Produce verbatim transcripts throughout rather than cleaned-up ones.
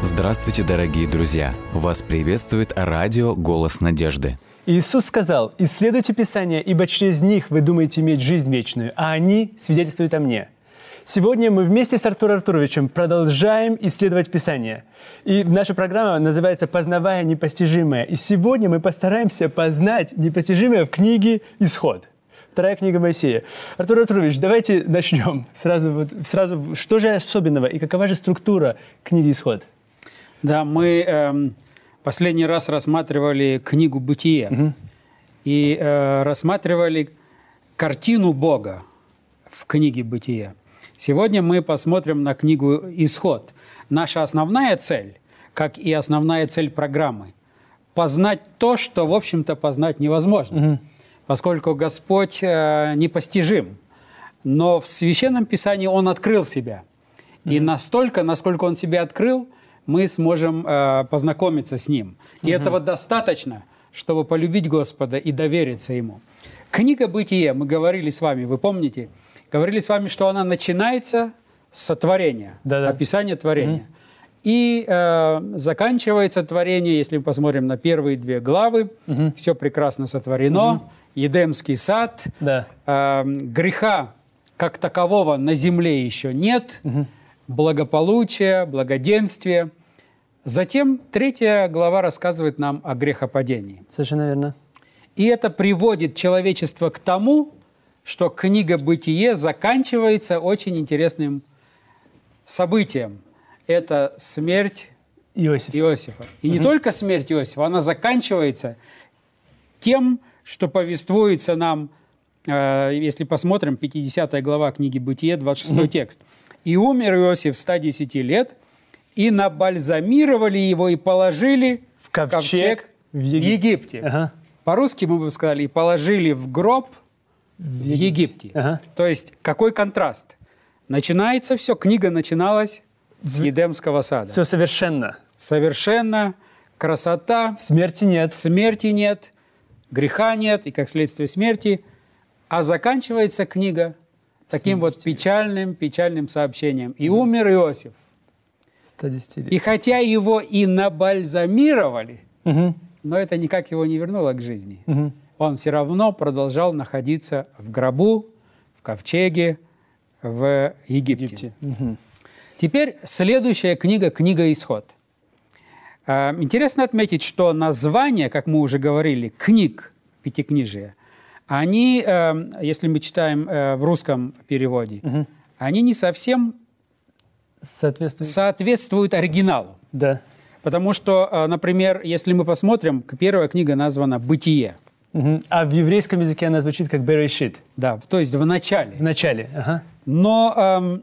Здравствуйте, дорогие друзья! Вас приветствует радио «Голос надежды». Иисус сказал: «Исследуйте Писания, ибо через них вы думаете иметь жизнь вечную, а они свидетельствуют о мне». Сегодня мы вместе с Артуром Артуровичем продолжаем исследовать Писание. И наша программа называется «Познавая непостижимое». И сегодня мы постараемся познать непостижимое в книге «Исход». Вторая книга Моисея. Артур Артурович, давайте начнем. Сразу, вот, сразу, что же особенного и какова же структура книги «Исход»? Да, мы э, последний раз рассматривали книгу «Бытие» угу. и э, рассматривали картину Бога в книге «Бытие». Сегодня мы посмотрим на книгу «Исход». Наша основная цель, как и основная цель программы, познать то, что, в общем-то, познать невозможно, угу. поскольку Господь э, непостижим. Но в Священном Писании Он открыл себя. Угу. И настолько, насколько Он себя открыл, мы сможем э, познакомиться с Ним. И угу. этого достаточно, чтобы полюбить Господа и довериться Ему. Книга «Бытие», мы говорили с вами, вы помните, говорили с вами, что она начинается с сотворения, Да-да. описания творения. Угу. И э, заканчивается творение, если мы посмотрим на первые две главы, угу. все прекрасно сотворено, угу. Едемский сад, да. э, греха как такового на земле еще нет, угу. благополучие, благоденствие. Затем третья глава рассказывает нам о грехопадении. Совершенно верно. И это приводит человечество к тому, что книга «Бытие» заканчивается очень интересным событием. Это смерть Иосиф. Иосифа. И угу. не только смерть Иосифа, она заканчивается тем, что повествуется нам, э, если посмотрим, пятидесятая глава книги «Бытие», двадцать шестой угу. текст. «И умер Иосиф в ста десяти лет, и набальзамировали его, и положили в ковчег, ковчег в Египте». В Египте. Ага. По-русски мы бы сказали, и положили в гроб в Египте. Египте. Ага. То есть, какой контраст? Начинается все, книга начиналась с Едемского сада. Все совершенно. Совершенно, красота. Смерти нет. Смерти нет, греха нет, и как следствие смерти. А заканчивается книга таким вот печальным, печальным сообщением. «И умер Иосиф». сто десять лет. И хотя его и набальзамировали, угу. но это никак его не вернуло к жизни. Угу. Он все равно продолжал находиться в гробу, в ковчеге, в Египте. Египте. Угу. Теперь следующая книга, книга «Исход». Интересно отметить, что названия, как мы уже говорили, книг Пятикнижия, они, если мы читаем в русском переводе, угу. они не совсем соответствуют, соответствуют оригиналу. Да. Потому что, например, если мы посмотрим, первая книга названа «Бытие». Угу. А в еврейском языке она звучит как «берешит». Да, то есть в начале. В начале, ага. Но эм,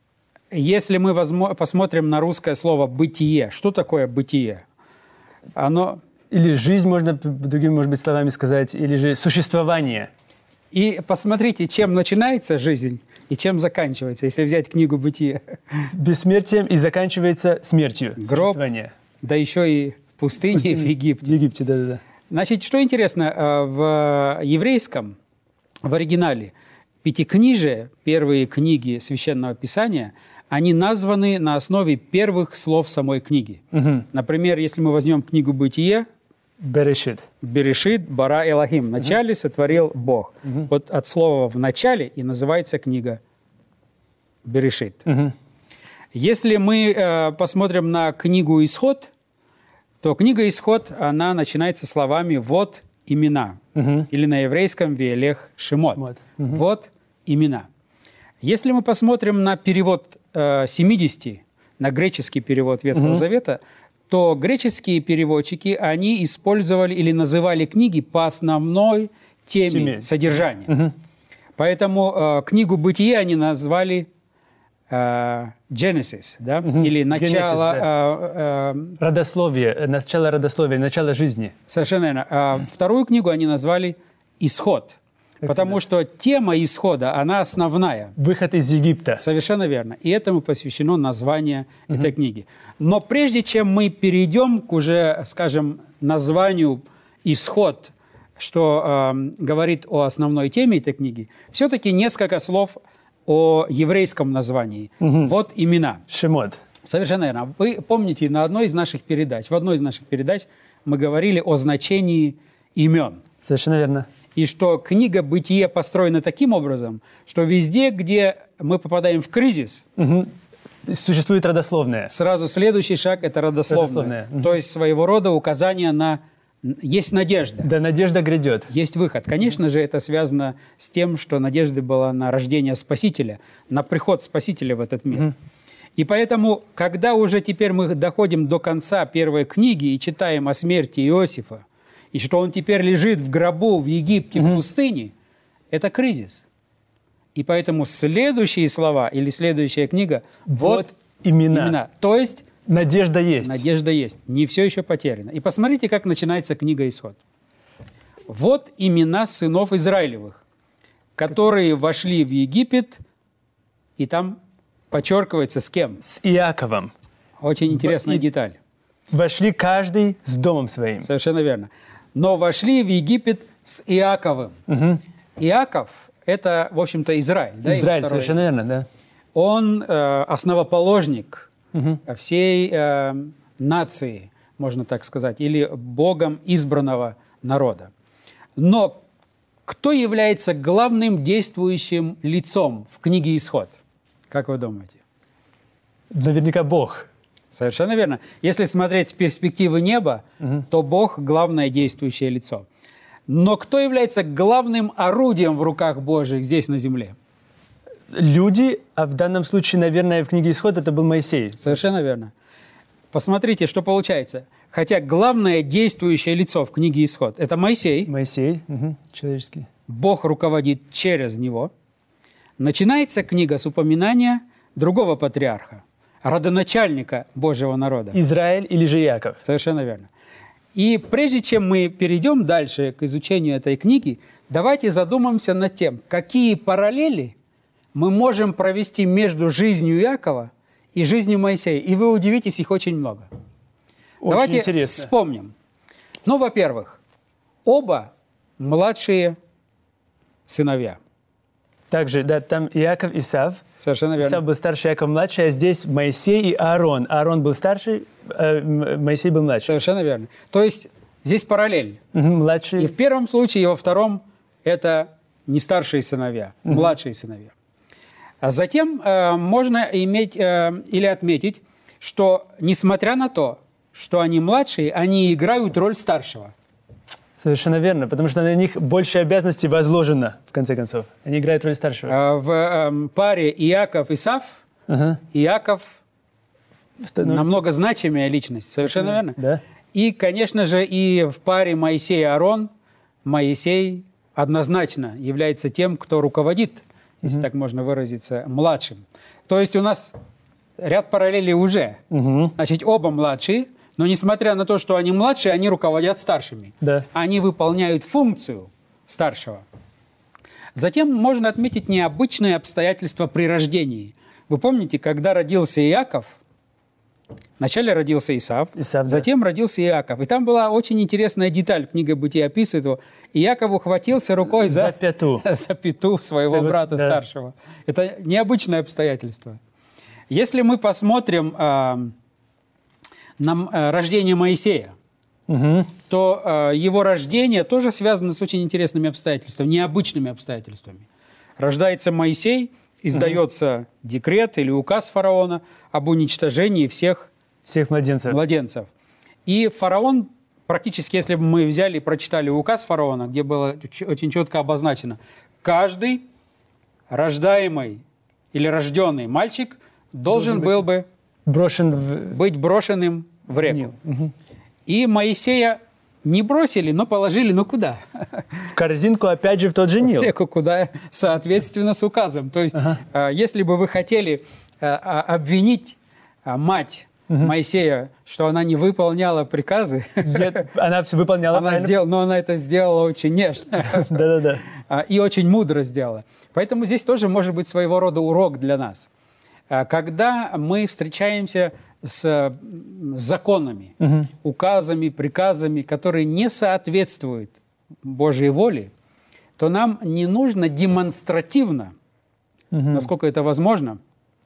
если мы возмо- посмотрим на русское слово «бытие», что такое «бытие»? Оно... Или жизнь, можно другими, может быть, словами сказать, или же существование. И посмотрите, чем начинается жизнь и чем заканчивается, если взять книгу «Бытие». С бессмертием и заканчивается смертью. Гроб, да еще и в пустыне, в, пустыне, в Египте. В Египте, да-да-да. Значит, что интересно, в еврейском, в оригинале, Пятикнижие, первые книги Священного Писания, они названы на основе первых слов самой книги. Угу. Например, если мы возьмем книгу «Бытие», Берешит. Берешит, бара Элохим. В начале угу. сотворил Бог. Угу. Вот от слова «в начале» и называется книга Берешит. Угу. Если мы э, посмотрим на книгу «Исход», то книга «Исход», она начинается словами «вот имена». Угу. Или на еврейском «Веелех Шемот». Шемот. Угу. «Вот имена». Если мы посмотрим на перевод э, семидесяти, на греческий перевод Ветхого угу. Завета, то греческие переводчики, они использовали или называли книги по основной теме, теме. содержания. Угу. Поэтому э, книгу «Бытие» они назвали э, Genesis, да? Угу. или начало... Genesis, да. э, э, родословие, начало родословия, начало жизни. Совершенно верно. Э, вторую книгу они назвали «Исход». Как потому что тема исхода, она основная. Выход из Египта. Совершенно верно. И этому посвящено название угу. этой книги. Но прежде чем мы перейдем к уже, скажем, названию «Исход», что э, говорит о основной теме этой книги, все-таки несколько слов о еврейском названии. Угу. Вот имена. Шемот. Совершенно верно. Вы помните, на одной из наших передач, в одной из наших передач мы говорили о значении имен. Совершенно верно. И что книга «Бытие» построена таким образом, что везде, где мы попадаем в кризис, Мгм. Существует родословное. сразу следующий шаг – это родословное. Родословное. Мгм. То есть своего рода указание на… Есть надежда, Да, надежда грядет. есть выход. Конечно же, это связано с тем, что надежда была на рождение Спасителя, на приход Спасителя в этот мир. И поэтому, когда уже теперь мы доходим до конца первой книги и читаем о смерти Иосифа, и что он теперь лежит в гробу в Египте, в пустыне, это кризис. И поэтому следующие слова или следующая книга – вот, Вот имена. имена. То есть Надежда есть. надежда есть, не все еще потеряно. И посмотрите, как начинается книга «Исход». «Вот имена сынов Израилевых, которые вошли в Египет», и там подчеркивается с кем. С Иаковом. Очень интересная и- деталь. Вошли каждый с домом своим. Совершенно верно. Но вошли в Египет с Иаковым. Иаков – это, в общем-то, Израиль. Да, его Израиль, второе совершенно верно, да. Он э, основоположник всей э, нации, можно так сказать, или Богом избранного народа. Но кто является главным действующим лицом в книге «Исход»? Как вы думаете? Наверняка Бог. Совершенно верно. Если смотреть с перспективы неба, то Бог – главное действующее лицо. Но кто является главным орудием в руках Божьих здесь на земле? Люди, а в данном случае, наверное, в книге «Исход» это был Моисей. Совершенно верно. Посмотрите, что получается. Хотя главное действующее лицо в книге «Исход» – это Моисей, Моисей, мгм, человеческий. Бог руководит через него. Начинается книга с упоминания другого патриарха, родоначальника Божьего народа. Израиль или же Иаков. Совершенно верно. И прежде чем мы перейдем дальше к изучению этой книги, давайте задумаемся над тем, какие параллели мы можем провести между жизнью Иакова и жизнью Моисея. И вы удивитесь, их очень много. Очень Давайте интересно. вспомним. Ну, во-первых, оба младшие сыновья. Также, да, там Иаков и Исав. Совершенно верно. Исав был старше, Иаков младший, а здесь Моисей и Аарон. Аарон был старший, а М- Моисей был младший. Совершенно верно. То есть здесь параллель. Мгм, младший. И в первом случае, и во втором это не старшие сыновья, младшие сыновья. А затем э, можно иметь э, или отметить, что несмотря на то, что они младшие, они играют роль старшего. Совершенно верно, потому что на них больше обязанностей возложено, в конце концов. Они играют роль старшего. А в э, паре Иаков-Исав Ага. Иаков Становится- намного значимая личность, совершенно верно. Да. И, конечно же, и в паре Моисей-Аарон Моисей однозначно является тем, кто руководит, если так можно выразиться, младшим. То есть у нас ряд параллелей уже. Мгм. Значит, оба младшие, но несмотря на то, что они младшие, они руководят старшими. Да. Они выполняют функцию старшего. Затем можно отметить необычные обстоятельства при рождении. Вы помните, когда родился Иаков, вначале родился Исав, Исав, да. затем родился Иаков. И там была очень интересная деталь, книга «Бытие» описывает его. Иаков ухватился рукой За за, пяту. за пяту своего Своего, брата да. старшего. Это необычное обстоятельство. Если мы посмотрим а, на а, рождение Моисея, Мгм. то а, его рождение тоже связано с очень интересными обстоятельствами, необычными обстоятельствами. Рождается Моисей, издается декрет или указ фараона об уничтожении всех Всех младенцев. младенцев. И фараон, практически, если бы мы взяли и прочитали указ фараона, где было ч- очень четко обозначено, каждый рождаемый или рожденный мальчик должен, Должен был бы Брошен в быть брошенным в реку. Нил. Мгм. И Моисея не бросили, но положили, ну куда? В корзинку опять же в тот же Нил. Реку куда, соответственно, с указом. То есть, э, если бы вы хотели э, а, обвинить а, мать Моисея, что она не выполняла приказы, Нет, она все выполняла она правильно. сделала, но она это сделала очень нежно Да-да-да. а, и очень мудро сделала. Поэтому здесь тоже может быть своего рода урок для нас. А, Когда мы встречаемся с м, законами, указами, приказами, которые не соответствуют Божьей воле, то нам не нужно демонстративно, насколько это возможно,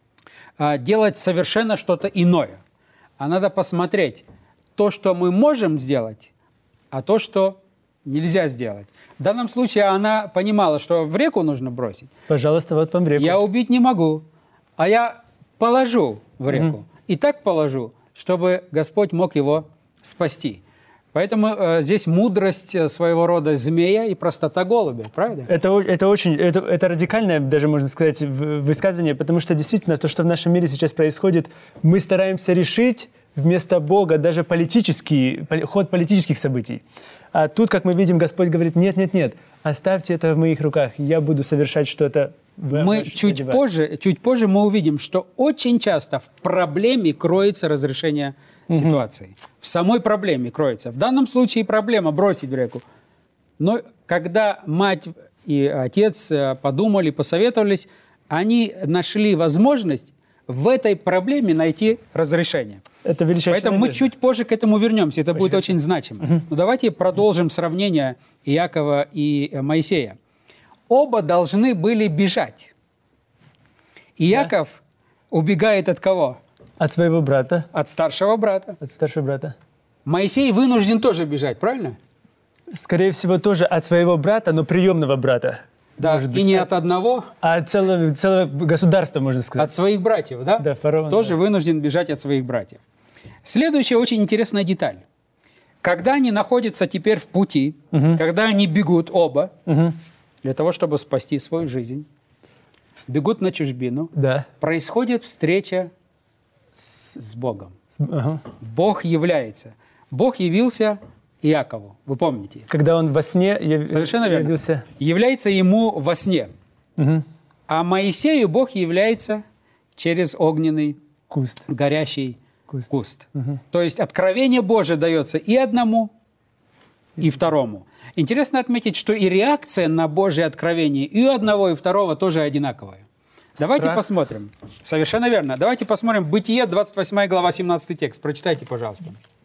а, делать совершенно что-то иное. А надо посмотреть то, что мы можем сделать, а то, что нельзя сделать. В данном случае она понимала, что в реку нужно бросить. Пожалуйста, вот вам реку. Я убить не могу, а я положу в реку. Mm-hmm. И так положу, чтобы Господь мог его спасти. Поэтому э, здесь мудрость своего рода змея и простота голубя, правда? Это, это очень, это, это радикальное, даже можно сказать, высказывание, потому что действительно то, что в нашем мире сейчас происходит, мы стараемся решить вместо Бога даже политический, ход политических событий. А тут, как мы видим, Господь говорит, нет, нет, нет, оставьте это в моих руках, я буду совершать что-то. В, мы чуть позже, чуть позже мы увидим, что очень часто в проблеме кроется разрешение mm-hmm. ситуации. В самой проблеме кроется. В данном случае проблема бросить в реку. Но когда мать и отец подумали, посоветовались, они нашли возможность в этой проблеме найти разрешение. Это величайшая Поэтому надежда. Мы чуть позже к этому вернемся. Это очень будет очень значимо. Угу. Но давайте продолжим сравнение Иакова и Моисея. Оба должны были бежать. Иаков да. убегает от кого? От своего брата. От старшего брата. От старшего брата. Моисей вынужден тоже бежать, правильно? Скорее всего, тоже от своего брата, но приемного брата. Да, Может быть, и не от, от одного. А от целого, целого государства, можно сказать. От своих братьев, да? Да, фараон. Тоже да. вынужден бежать от своих братьев. Следующая очень интересная деталь. Когда они находятся теперь в пути, угу. когда они бегут оба, угу. для того, чтобы спасти свою жизнь, бегут на чужбину, да. происходит встреча с, с Богом. Ага. Бог является. Бог явился Иакову, вы помните? Когда он во сне яв... Совершенно верно. явился. Является ему во сне. Угу. А Моисею Бог является через огненный куст. горящий куст. куст. Угу. То есть откровение Божие дается и одному, и второму. Интересно отметить, что и реакция на Божье откровение и у одного, и у второго тоже одинаковая. Страх. Давайте посмотрим. Совершенно верно. Давайте посмотрим Бытие, двадцать восьмая глава, семнадцатый текст. Прочитайте, пожалуйста.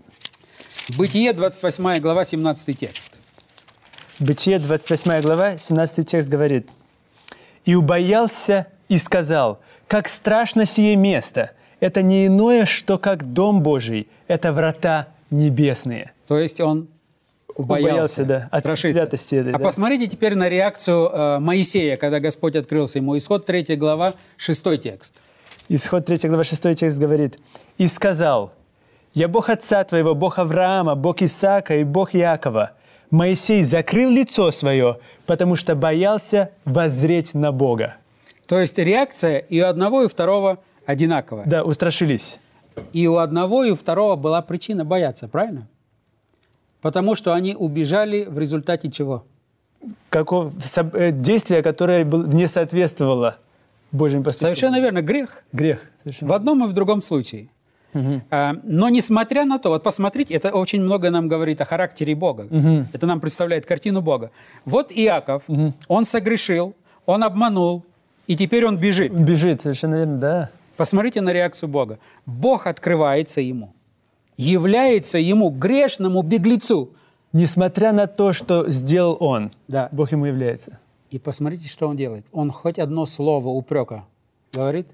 Бытие, двадцать восьмая глава, семнадцатый текст. Бытие, двадцать восьмая глава, семнадцатый текст говорит. «И убоялся и сказал, как страшно сие место! Это не иное, что как дом Божий, это врата небесные». То есть он убоялся, убоялся да, от страшиться. Святости этой. А да. посмотрите теперь на реакцию э, Моисея, когда Господь открылся ему. Исход третья глава, шестой текст. Исход третья глава, шестой текст говорит. «И сказал, я Бог отца твоего, Бог Авраама, Бог Исаака и Бог Иакова. Моисей закрыл лицо свое, потому что боялся воззреть на Бога». То есть реакция и у одного, и у второго одинаковая. Да, устрашились. И у одного, и у второго была причина бояться, правильно? Потому что они убежали в результате чего? Какого, действия, которое не соответствовало Божьим поступкам. Совершенно верно, грех. Грех. Совершенно. В одном и в другом случае. Угу. А, но несмотря на то, вот посмотрите, это очень много нам говорит о характере Бога. Угу. Это нам представляет картину Бога. Вот Иаков, угу. он согрешил, он обманул, и теперь он бежит. Бежит, совершенно верно, да. Посмотрите на реакцию Бога. Бог открывается ему, является ему, грешному беглецу. Несмотря на то, что сделал он, да. Бог ему является. И посмотрите, что он делает. Он хоть одно слово упрека говорит.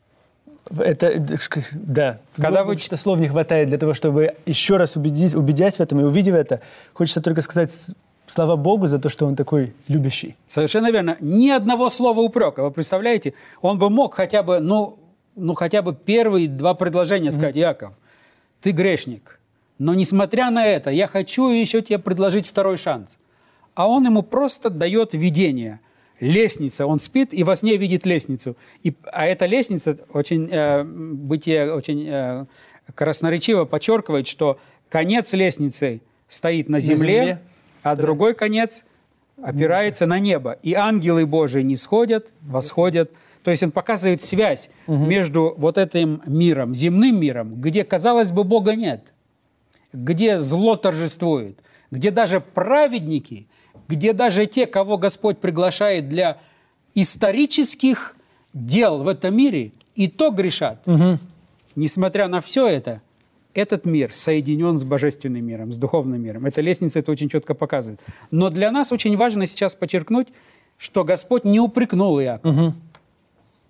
Это, да. Когда вы... Что слов не хватает для того, чтобы еще раз убедить, убедясь в этом и увидев это, хочется только сказать слава Богу за то, что он такой любящий. Совершенно верно. Ни одного слова упрека. Вы представляете? Он бы мог хотя бы, ну, ну хотя бы первые два предложения сказать: mm-hmm. Иаков, ты грешник. Но несмотря на это, я хочу еще тебе предложить второй шанс. А он ему просто дает видение. Лестница. Он спит и во сне видит лестницу. И, а эта лестница, очень, э, Бытие очень э, красноречиво подчеркивает, что конец лестницы стоит на земле, на земле. а да. другой конец опирается на небо. И ангелы Божии не сходят, восходят. То есть он показывает связь угу. между вот этим миром, земным миром, где, казалось бы, Бога нет, где зло торжествует, где даже праведники, где даже те, кого Господь приглашает для исторических дел в этом мире, и то грешат. Угу. Несмотря на все это, этот мир соединен с божественным миром, с духовным миром. Эта лестница это очень четко показывает. Но для нас очень важно сейчас подчеркнуть, что Господь не упрекнул Иакова. Угу.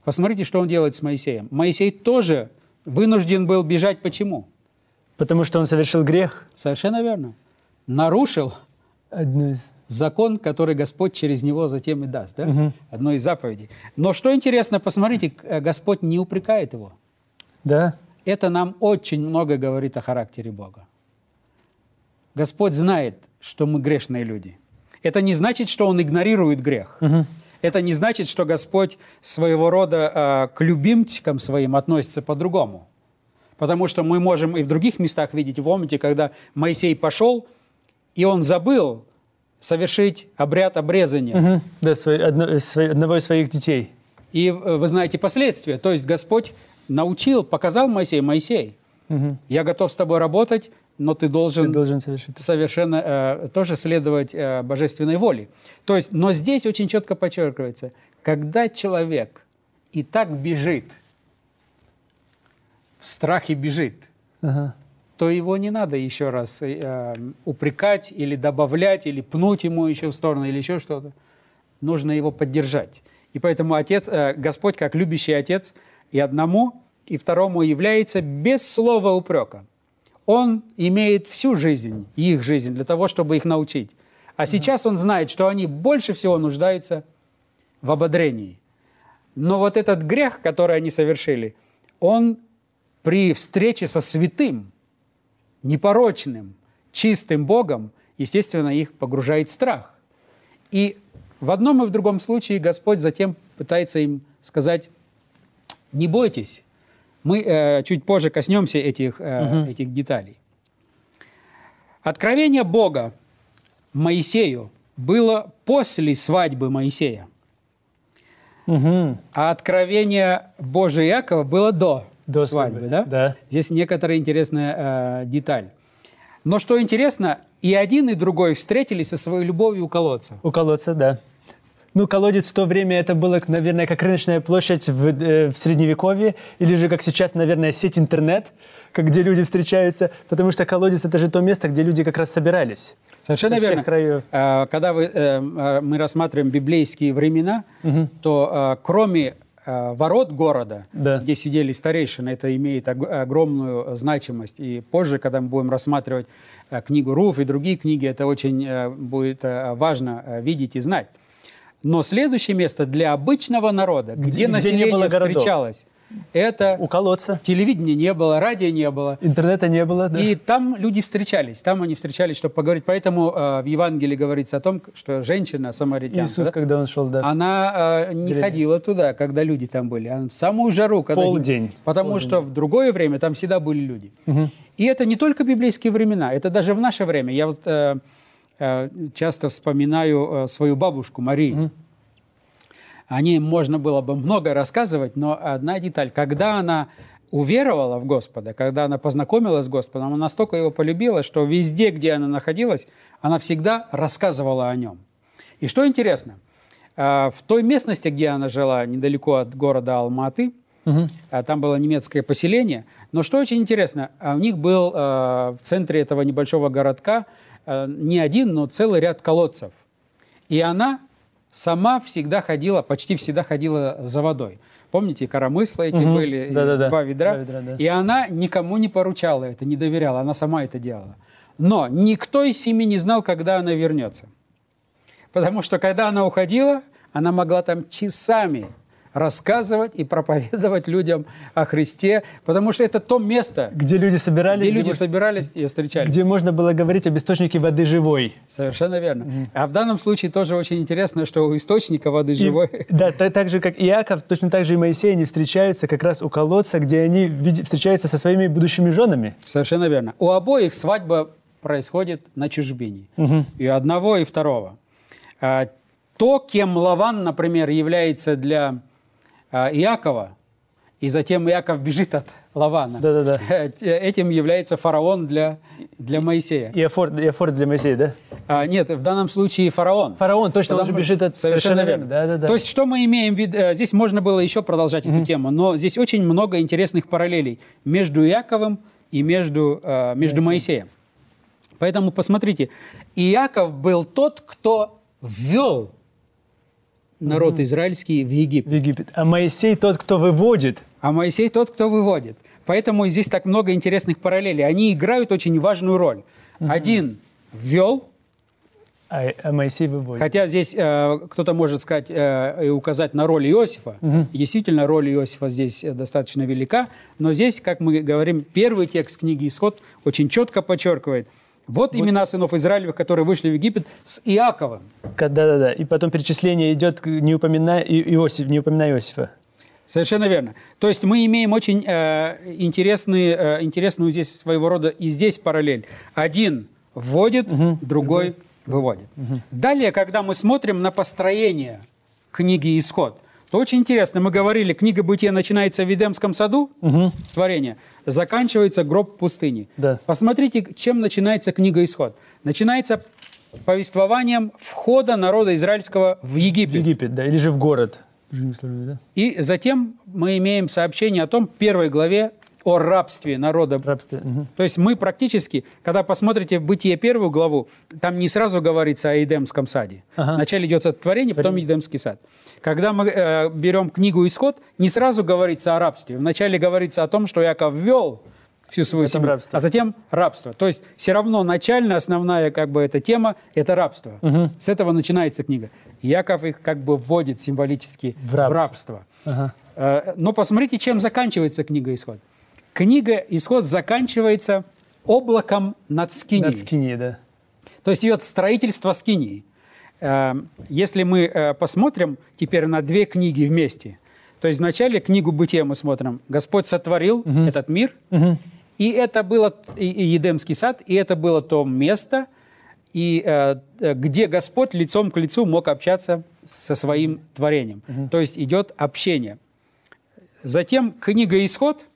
Посмотрите, что он делает с Моисеем. Моисей тоже вынужден был бежать. Почему? Потому что он совершил грех. Совершенно верно. Нарушил Одну из... закон, который Господь через него затем и даст. Да? Мгм. Одно из заповедей. Но что интересно, посмотрите, к- Господь не упрекает его. Да? Это нам очень много говорит о характере Бога. Господь знает, что мы грешные люди. Это не значит, что Он игнорирует грех. Мгм. Это не значит, что Господь своего рода а, к любимчикам своим относится по-другому. Потому что мы можем и в других местах видеть, помните, когда Моисей пошел, и он забыл совершить обряд обрезания. Мгм. Да, свой- одно- свой- одного из своих детей. И э, вы знаете последствия. То есть Господь научил, показал Моисею: Моисей, Мгм. я готов с тобой работать, но ты Ты должен должен совершить. совершенно э, тоже следовать э, божественной воле. То есть, но здесь очень четко подчеркивается, когда человек и так бежит, в страхе бежит, Ага. то его не надо еще раз э, упрекать или добавлять, или пнуть ему еще в сторону, или еще что-то. Нужно его поддержать. И поэтому отец, э, Господь, как любящий отец, и одному, и второму является без слова упрека. Он имеет всю жизнь, их жизнь, для того, чтобы их научить. А сейчас он знает, что они больше всего нуждаются в ободрении. Но вот этот грех, который они совершили, он при встрече со святым, непорочным, чистым Богом, естественно, их погружает в страх. И в одном и в другом случае Господь затем пытается им сказать: не бойтесь. Мы э, чуть позже коснемся этих, э, Мгм. этих деталей. Откровение Бога Моисею было после свадьбы Моисея, Мгм. а откровение Божие Иакова было до, До свадьбы. свадьбы, Да? да. Здесь некоторая интересная э, деталь. Но что интересно, и один, и другой встретились со своей любовью у колодца. У колодца, да. Ну, колодец в то время это было, наверное, как рыночная площадь в, э, в Средневековье, или же, как сейчас, наверное, сеть интернет, как, где люди встречаются, потому что колодец – это же то место, где люди как раз собирались. Совершенно Со всех верно. краев. Э, Когда вы, э, э, мы рассматриваем библейские времена, то э, кроме э, ворот города, Да. где сидели старейшины, это имеет ог- огромную значимость. И позже, когда мы будем рассматривать э, книгу Руф и другие книги, это очень э, будет э, важно э, видеть и знать. Но следующее место для обычного народа, где, Где- где не население было городов. встречалось, это У колодца. телевидения не было, радио не было. Интернета не было, да. И там люди встречались, там они встречались, чтобы поговорить. Поэтому э, в Евангелии говорится о том, что женщина, самаритянка, Иисус, да, когда он шел, да. она э, не Деревня. ходила туда, когда люди там были. Она в самую жару. Когда Полдень. Потому Полдень. что в другое время там всегда были люди. И это не только библейские времена, это даже в наше время. Я вот э, э, часто вспоминаю э, свою бабушку Марию. О ней можно было бы много рассказывать, но одна деталь. Когда она уверовала в Господа, когда она познакомилась с Господом, она настолько его полюбила, что везде, где она находилась, она всегда рассказывала о нем. И что интересно, э, в той местности, где она жила, недалеко от города Алма-Аты, Мгм. а там было немецкое поселение. Но что очень интересно, а у них был э, в центре этого небольшого городка э, не один, но целый ряд колодцев. И она сама всегда ходила, почти всегда ходила за водой. Помните, коромысла эти Мгм. были, и Да-да-да. два ведра? Два ведра, да. И она никому не поручала это, не доверяла, она сама это делала. Но никто из семьи не знал, когда она вернется. Потому что, когда она уходила, она могла там часами рассказывать и проповедовать людям о Христе, потому что это то место, Где люди собирались, где где, люди мож- собирались и встречались. где можно было говорить об источнике воды живой. Совершенно верно. А в данном случае тоже очень интересно, что у источника воды И- живой. да, та- так же, как Иаков, точно так же и Моисей, они встречаются как раз у колодца, где они види- встречаются со своими будущими женами. Совершенно верно. У обоих свадьба происходит на чужбине. И одного, и второго. А, То, кем Лаван, например, является для а, Иакова, и затем Иаков бежит от Лавана. Да-да-да. Этим является фараон для, для Моисея. Иофор, Иофор для Моисея, да? А, нет, в данном случае фараон. Фараон, точно, он же Потому- бежит от... Совершенно верно. Да, да, да. То есть, что мы имеем в виду? э, Здесь можно было еще продолжать эту тему, но здесь очень много интересных параллелей между Иаковом и между, э, между Моисеем. Поэтому посмотрите, Иаков был тот, кто ввел народ израильский в Египет. В Египет. А Моисей тот, кто выводит. А Моисей тот, кто выводит. Поэтому здесь так много интересных параллелей. Они играют очень важную роль. Один ввел, А, а Моисей выводит. хотя здесь э, кто-то может сказать э, и указать на роль Иосифа. Мгм. И действительно, роль Иосифа здесь э, достаточно велика. Но здесь, как мы говорим, первый текст книги «Исход» очень четко подчеркивает. Вот, имена сынов Израилевых, которые вышли в Египет с Иаковом. Да-да-да. И потом перечисление идет, к- не упоминая, И- Иосиф, не упоминая Иосифа. Совершенно верно. То есть мы имеем очень э, интересные, э, интересную здесь своего рода и здесь параллель. Один вводит, другой выводит. Далее, когда мы смотрим на построение книги «Исход», то очень интересно. Мы говорили, книга Бытия начинается в Эдемском саду, творение, заканчивается гроб в пустыне. Да. Посмотрите, чем начинается книга «Исход». Начинается повествованием входа народа израильского в В Египет. Египет, да. Или же в город. Другими словами, да? И затем мы имеем сообщение о том, в первой главе, о рабстве народа. Рабство. Мгм. То есть мы практически, когда посмотрите в Бытие первую главу, там не сразу говорится о Эдемском саде. Ага. Вначале идет сотворение, потом Эдемский сад. Когда мы э, берем книгу «Исход», не сразу говорится о рабстве. Вначале говорится о том, что Иаков ввел всю свою этом семью, рабство. а затем рабство. То есть все равно начальная, основная как бы эта тема – это рабство. С этого начинается книга. И Иаков их как бы вводит символически В в рабство. рабство. Ага. Э, Но посмотрите, чем заканчивается книга «Исход». Книга «Исход» заканчивается облаком над Скинией. Над Скинией, да. То есть идет строительство Скинии. Э, Если мы э, посмотрим теперь на две книги вместе, то есть вначале книгу Бытия мы смотрим. Господь сотворил этот мир, и это было и, и Едемский сад, и это было то место, и, э, э, где Господь лицом к лицу мог общаться со своим творением. То есть идет общение. Затем книга «Исход»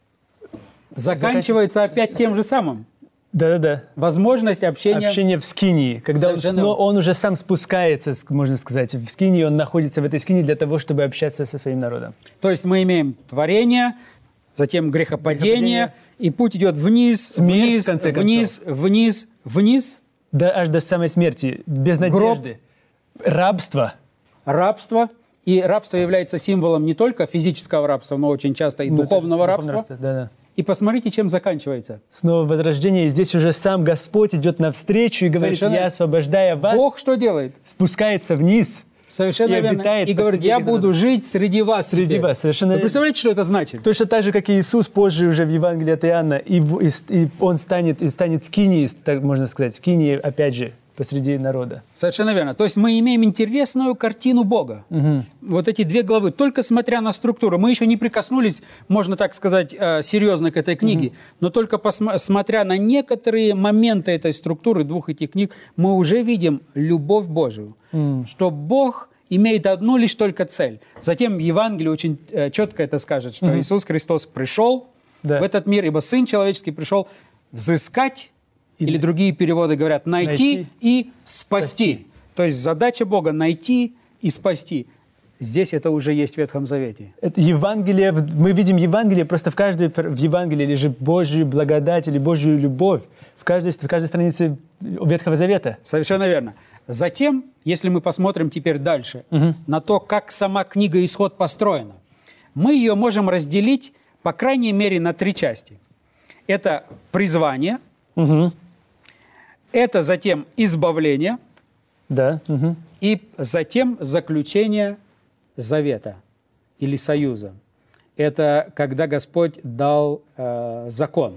заканчивается опять тем же самым. Да-да-да. Возможность общения. Общение в Скинии, когда он, Совершенно. сно- он уже сам спускается, ск- можно сказать, в Скинии, он находится в этой Скинии для того, чтобы общаться со своим народом. То есть мы имеем творение, затем грехопадение, Грехопадение. и путь идет вниз, Смерть, вниз, в конце концов. вниз, вниз, вниз, Да, аж до самой смерти, без Гроб. надежды. Рабство. рабство. И рабство является символом не только физического рабства, но очень часто и Ну, духовного это рабства. духовное Да-да. И посмотрите, чем заканчивается. Снова возрождение, и здесь уже сам Господь идет навстречу и говорит: Совершенно. я, освобождая вас, Бог что делает? спускается вниз. Совершенно И верно. обитает И говорит, посреди я народа. буду жить среди вас. Среди теперь». вас, совершенно Вы верно. представляете, что это значит? Точно так же, как и Иисус позже уже в Евангелии от Иоанна, и, в- и с- и он станет, и станет скинией, так можно сказать, скинией, опять же, посреди народа. Совершенно верно. То есть мы имеем интересную картину Бога. Вот эти две главы. Только смотря на структуру. Мы еще не прикоснулись, можно так сказать, э, серьезно к этой книге. Но только посма- смотря на некоторые моменты этой структуры двух этих книг, мы уже видим любовь Божию. Что Бог имеет одну лишь только цель. Затем Евангелие очень э, четко это скажет, что Иисус Христос пришел Да. в этот мир, ибо Сын Человеческий пришел взыскать, или другие переводы говорят, найти, Найти. и спасти. То есть задача Бога – найти и спасти. Здесь это уже есть в Ветхом Завете. Это Евангелие, в- мы видим Евангелие, просто в каждой пр- в Евангелии лежит Божью благодать или Божью любовь в каждой, в каждой странице Ветхого Завета. Совершенно верно. Затем, если мы посмотрим теперь дальше на то, как сама книга «Исход» построена, мы ее можем разделить, по крайней мере, на три части. Это призвание, Мгм. это затем избавление Да. Мгм. и затем заключение завета или союза. Это когда Господь дал э, закон.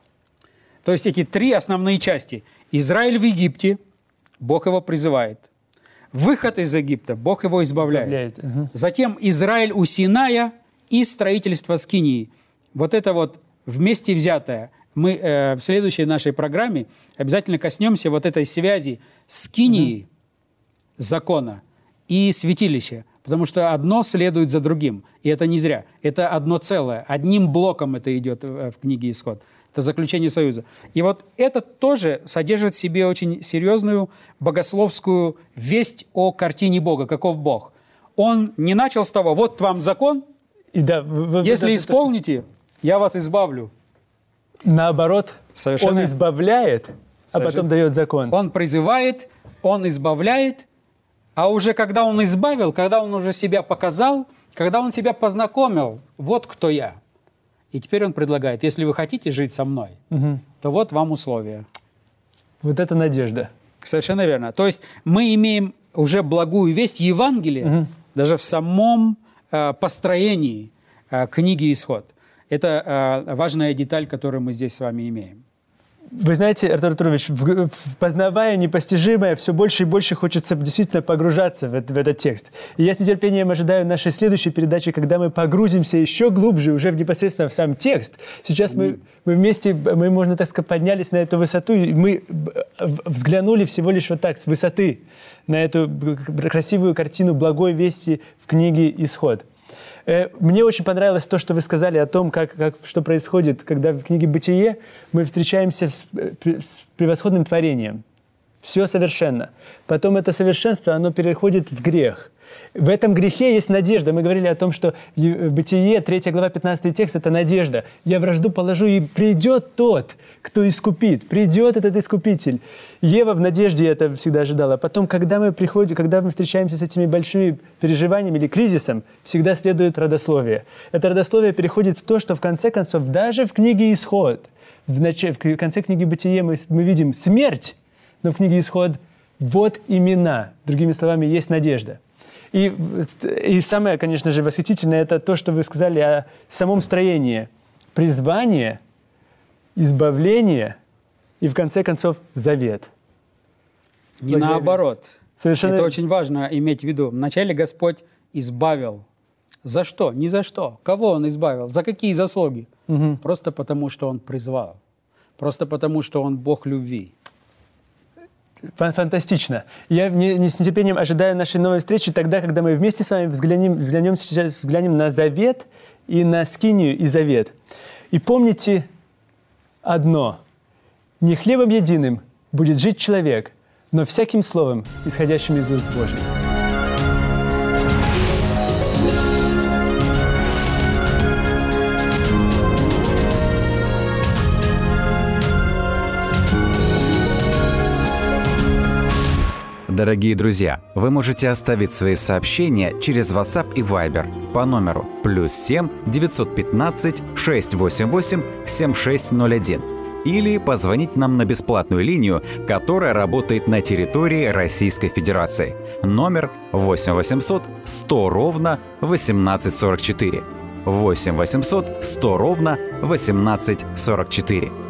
То есть эти три основные части. Израиль в Египте, Бог его призывает. Выход из Египта, Бог его избавляет. Избавляет, мгм. Затем Израиль у Синая и строительство Скинии. Вот это вот вместе взятое. Мы э, в следующей нашей программе обязательно коснемся вот этой связи Скинии, закона, и святилища. Потому что одно следует за другим. И это не зря. Это одно целое. Одним блоком это идет э, в книге «Исход». Это заключение союза. И вот это тоже содержит в себе очень серьезную богословскую весть о картине Бога, каков Бог. Он не начал с того, вот вам закон, И да, вы- вы- если даже- исполните, я вас избавлю. Наоборот, Совершенно. он избавляет, а Совершенно. потом дает закон. Он призывает, он избавляет, А уже когда Он избавил, когда Он уже себя показал, когда Он себя познакомил, вот кто я. И теперь Он предлагает, если вы хотите жить со мной, угу. то вот вам условия. Вот это надежда. Совершенно верно. То есть мы имеем уже благую весть Евангелия, угу. даже в самом э, построении э, книги «Исход». Это э, важная деталь, которую мы здесь с вами имеем. Вы знаете, Артур Артурович, в, в познавая непостижимое все больше и больше хочется действительно погружаться в, это, в этот текст. И я с нетерпением ожидаю нашей следующей передачи, когда мы погрузимся еще глубже, уже в непосредственно в сам текст. Сейчас мы, мы вместе, мы, можно так сказать, поднялись на эту высоту, и мы взглянули всего лишь вот так, с высоты, на эту красивую картину благой вести в книге «Исход». Мне очень понравилось то, что вы сказали о том, как, как, что происходит, когда в книге «Бытие» мы встречаемся с, с превосходным творением. Все совершенно. Потом это совершенство, оно переходит в грех. В этом грехе есть надежда. Мы говорили о том, что Бытие, третья глава, пятнадцатый текст – это надежда. «Я вражду положу, и придет тот, кто искупит». Придет этот искупитель. Ева в надежде это всегда ожидала. Потом, когда мы приходим, когда мы встречаемся с этими большими переживаниями или кризисом, всегда следует родословие. Это родословие переходит в то, что в конце концов, даже в книге «Исход», в, начале, в конце книги «Бытие» мы, мы видим смерть, но в книге «Исход» вот имена. Другими словами, есть надежда. И, и самое, конечно же, восхитительное – это то, что вы сказали о самом строении. Призвание, избавление и, в конце концов, завет. Не наоборот. Совершенно... Это очень важно иметь в виду. Вначале Господь избавил. За что? Ни за что. Кого Он избавил? За какие заслуги? Угу. Просто потому, что Он призвал. Просто потому, что Он Бог любви. Фантастично. Я не, не с нетерпением ожидаю нашей новой встречи тогда, когда мы вместе с вами взглянем, взглянем, сейчас, взглянем на завет и на скинию и завет. И помните одно. Не хлебом единым будет жить человек, но всяким словом, исходящим из уст Божьих. Дорогие друзья, вы можете оставить свои сообщения через WhatsApp и Viber по номеру плюс семь девятьсот пятнадцать шестьсот восемьдесят восемь семьдесят шесть ноль один или позвонить нам на бесплатную линию, которая работает на территории Российской Федерации. Номер восемь восемьсот сто ровно восемнадцать сорок четыре. восемь восемьсот сто ровно восемнадцать сорок четыре.